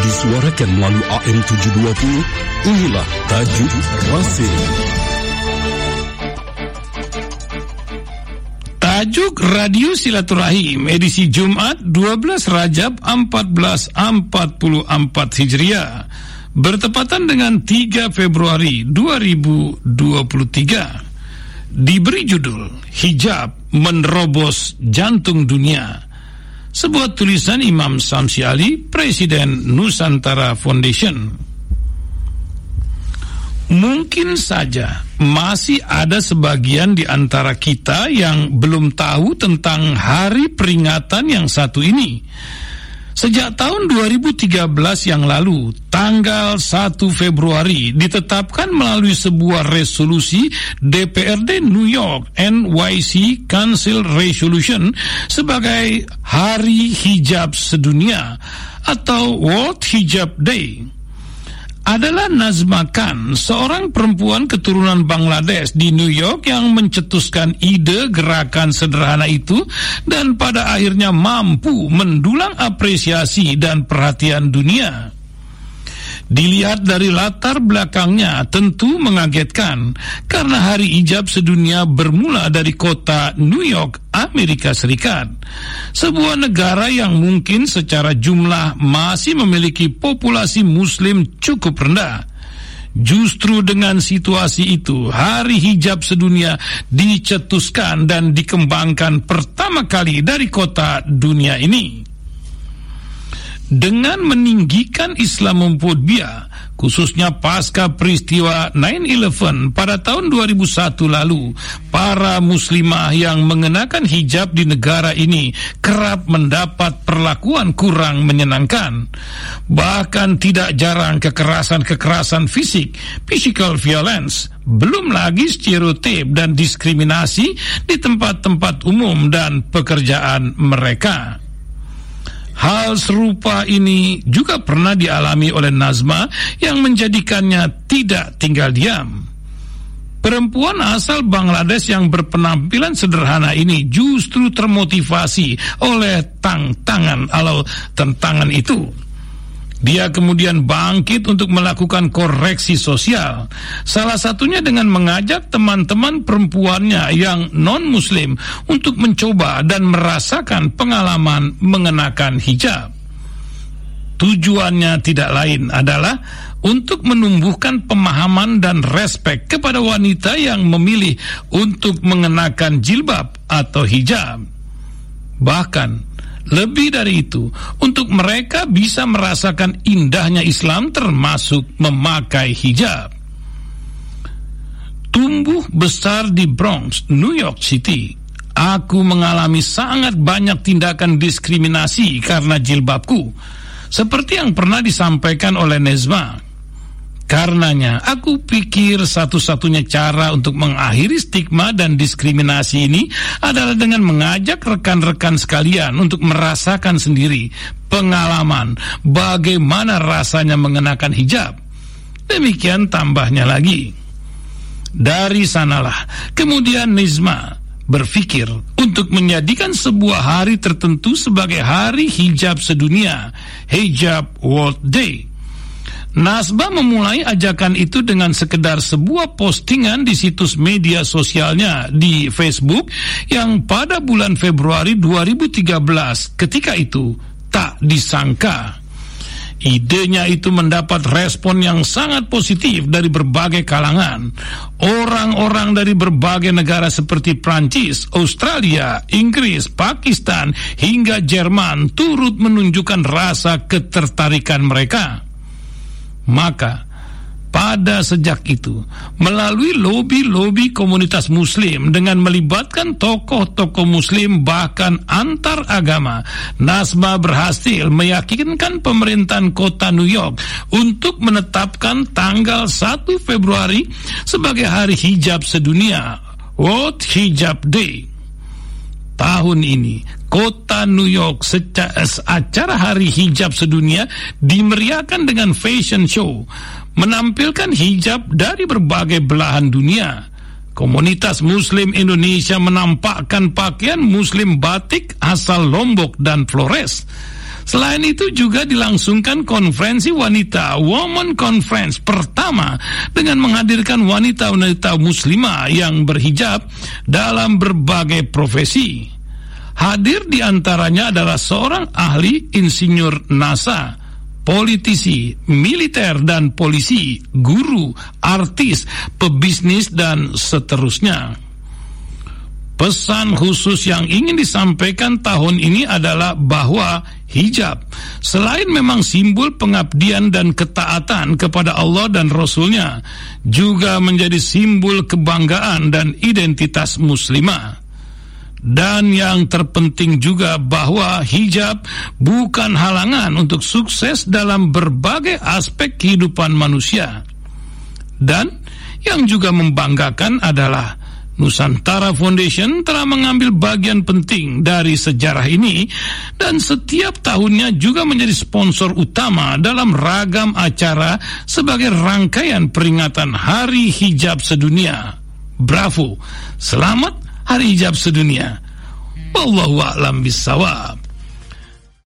disuarakan melalui AM 720. Inilah Tajuk Rasul. Tajuk Radio Silaturahim edisi Jumat 12 Rajab 1444 Hijriah bertepatan dengan 3 Februari 2023. Diberi judul Hijab Menerobos Jantung Dunia. Sebuah tulisan Imam Samsi Ali, Presiden Nusantara Foundation. Mungkin saja masih ada sebagian di antara kita yang belum tahu tentang hari peringatan yang satu ini. Sejak tahun 2013 yang lalu, tanggal 1 Februari ditetapkan melalui sebuah resolusi DPRD New York NYC Council Resolution sebagai Hari Hijab Sedunia atau World Hijab Day. Adalah Nazma Khan, seorang perempuan keturunan Bangladesh di New York yang mencetuskan ide gerakan sederhana itu dan pada akhirnya mampu mendulang apresiasi dan perhatian dunia. Dilihat dari latar belakangnya tentu mengagetkan karena Hari Hijab Sedunia bermula dari kota New York, Amerika Serikat, sebuah negara yang mungkin secara jumlah masih memiliki populasi muslim cukup rendah. Justru dengan situasi itu, Hari Hijab Sedunia dicetuskan dan dikembangkan pertama kali dari kota dunia ini. Dengan meninggikan Islamophobia, khususnya pasca peristiwa 9/11 pada tahun 2001 lalu, para muslimah yang mengenakan hijab di negara ini kerap mendapat perlakuan kurang menyenangkan. Bahkan tidak jarang kekerasan fisik, physical violence, belum lagi stereotip dan diskriminasi di tempat-tempat umum dan pekerjaan mereka. Hal serupa ini juga pernah dialami oleh Nazma yang menjadikannya tidak tinggal diam. Perempuan asal Bangladesh yang berpenampilan sederhana ini justru termotivasi oleh tantangan itu. Dia kemudian bangkit untuk melakukan koreksi sosial. Salah satunya dengan mengajak teman-teman perempuannya yang non-muslim untuk mencoba dan merasakan pengalaman mengenakan hijab. Tujuannya tidak lain adalah untuk menumbuhkan pemahaman dan respek kepada wanita yang memilih untuk mengenakan jilbab atau hijab. Bahkan lebih dari itu, untuk mereka bisa merasakan indahnya Islam termasuk memakai hijab. Tumbuh besar di Bronx, New York City, aku mengalami sangat banyak tindakan diskriminasi karena jilbabku, seperti yang pernah disampaikan oleh Nazma. Karenanya, aku pikir satu-satunya cara untuk mengakhiri stigma dan diskriminasi ini adalah dengan mengajak rekan-rekan sekalian untuk merasakan sendiri pengalaman bagaimana rasanya mengenakan hijab. Demikian tambahnya lagi. Dari sanalah, kemudian Nazma berpikir untuk menjadikan sebuah hari tertentu sebagai Hari Hijab Sedunia, Hijab World Day. Nazma memulai ajakan itu dengan sekedar sebuah postingan di situs media sosialnya di Facebook yang pada bulan Februari 2013 ketika itu tak disangka. Idenya itu mendapat respon yang sangat positif dari berbagai kalangan. Orang-orang dari berbagai negara seperti Prancis, Australia, Inggris, Pakistan, hingga Jerman turut menunjukkan rasa ketertarikan mereka. Maka pada sejak itu, melalui lobi-lobi komunitas muslim dengan melibatkan tokoh-tokoh muslim bahkan antar agama, Nazma berhasil meyakinkan pemerintahan kota New York untuk menetapkan tanggal 1 Februari sebagai Hari Hijab Sedunia, World Hijab Day. Tahun ini, kota New York acara Hari Hijab Sedunia dimeriahkan dengan fashion show, menampilkan hijab dari berbagai belahan dunia. Komunitas Muslim Indonesia menampakkan pakaian Muslim batik asal Lombok dan Flores. Selain itu juga dilangsungkan konferensi wanita Women Conference pertama dengan menghadirkan wanita-wanita muslimah yang berhijab dalam berbagai profesi. Hadir di antaranya adalah seorang ahli insinyur NASA, politisi, militer dan polisi, guru, artis, pebisnis dan seterusnya. Pesan khusus yang ingin disampaikan tahun ini adalah bahwa hijab, selain memang simbol pengabdian dan ketaatan kepada Allah dan Rasul-Nya, juga menjadi simbol kebanggaan dan identitas muslimah. Dan yang terpenting juga bahwa hijab bukan halangan untuk sukses dalam berbagai aspek kehidupan manusia. Dan yang juga membanggakan adalah Nusantara Foundation telah mengambil bagian penting dari sejarah ini dan setiap tahunnya juga menjadi sponsor utama dalam ragam acara sebagai rangkaian peringatan Hari Hijab Sedunia. Bravo, selamat Hari Hijab Sedunia. Wallahu a'lam bissawab.